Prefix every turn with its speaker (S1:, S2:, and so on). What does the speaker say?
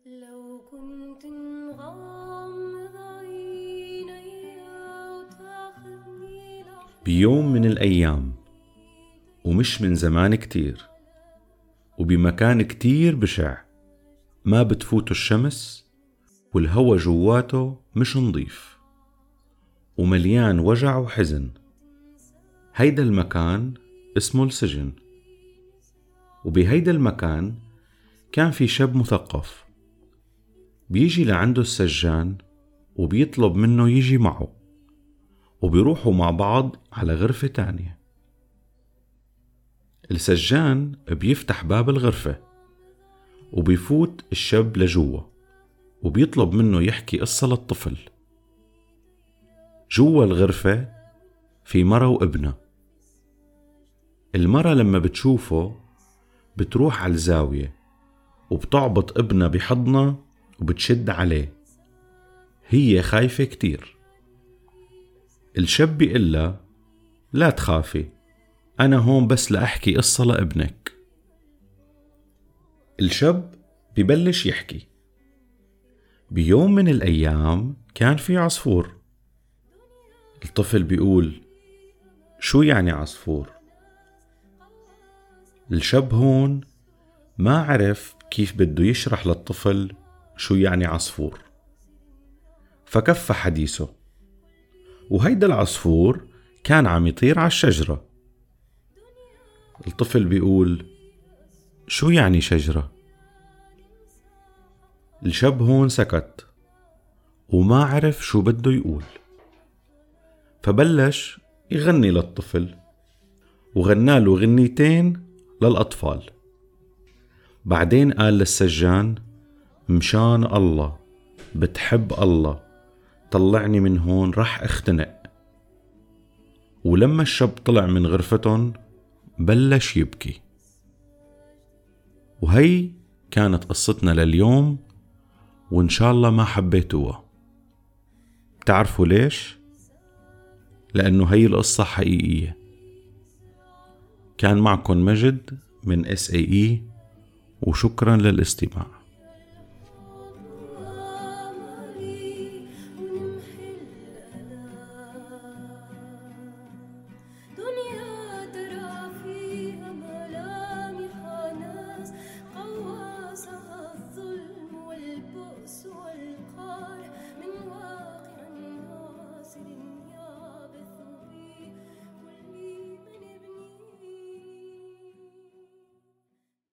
S1: لو كنت نغمض عيني وتاخذني
S2: بيوم من الأيام، ومش من زمان كتير، وبمكان كتير بشع ما بتفوته الشمس، والهوا جواته مش نظيف ومليان وجع وحزن. هيدا المكان اسمه السجن. وبهيدا المكان كان في شاب مثقف بيجي لعنده السجان وبيطلب منه يجي معه، وبيروحوا مع بعض على غرفة تانية. السجان بيفتح باب الغرفة وبيفوت الشاب لجوا، وبيطلب منه يحكي قصة للطفل. جوا الغرفة في مرة وابنها. المرة لما بتشوفه بتروح على الزاوية وبتعبط ابنها بحضنها وبتشد عليه، هي خايفة كتير. الشاب بيقلها لا تخافي، أنا هون بس لأحكي قصة لابنك. الشاب ببلش يحكي. بيوم من الأيام كان في عصفور. الطفل بيقول: شو يعني عصفور؟ الشاب هون ما عرف كيف بده يشرح للطفل شو يعني عصفور، فكف حديثه. وهيدا العصفور كان عم يطير على الشجرة. الطفل بيقول: شو يعني شجرة؟ الشاب هون سكت وما عرف شو بده يقول، فبلش يغني للطفل، وغناله غنيتين للأطفال. بعدين قال للسجان: مشان الله، بتحب الله، طلعني من هون رح اختنق. ولما الشاب طلع من غرفتهم بلش يبكي. وهي كانت قصتنا لليوم، وإن شاء الله ما حبيتوها. بتعرفوا ليش؟ لأنه هي القصة حقيقية. كان معكم مجد من SAE، وشكرا للاستماع.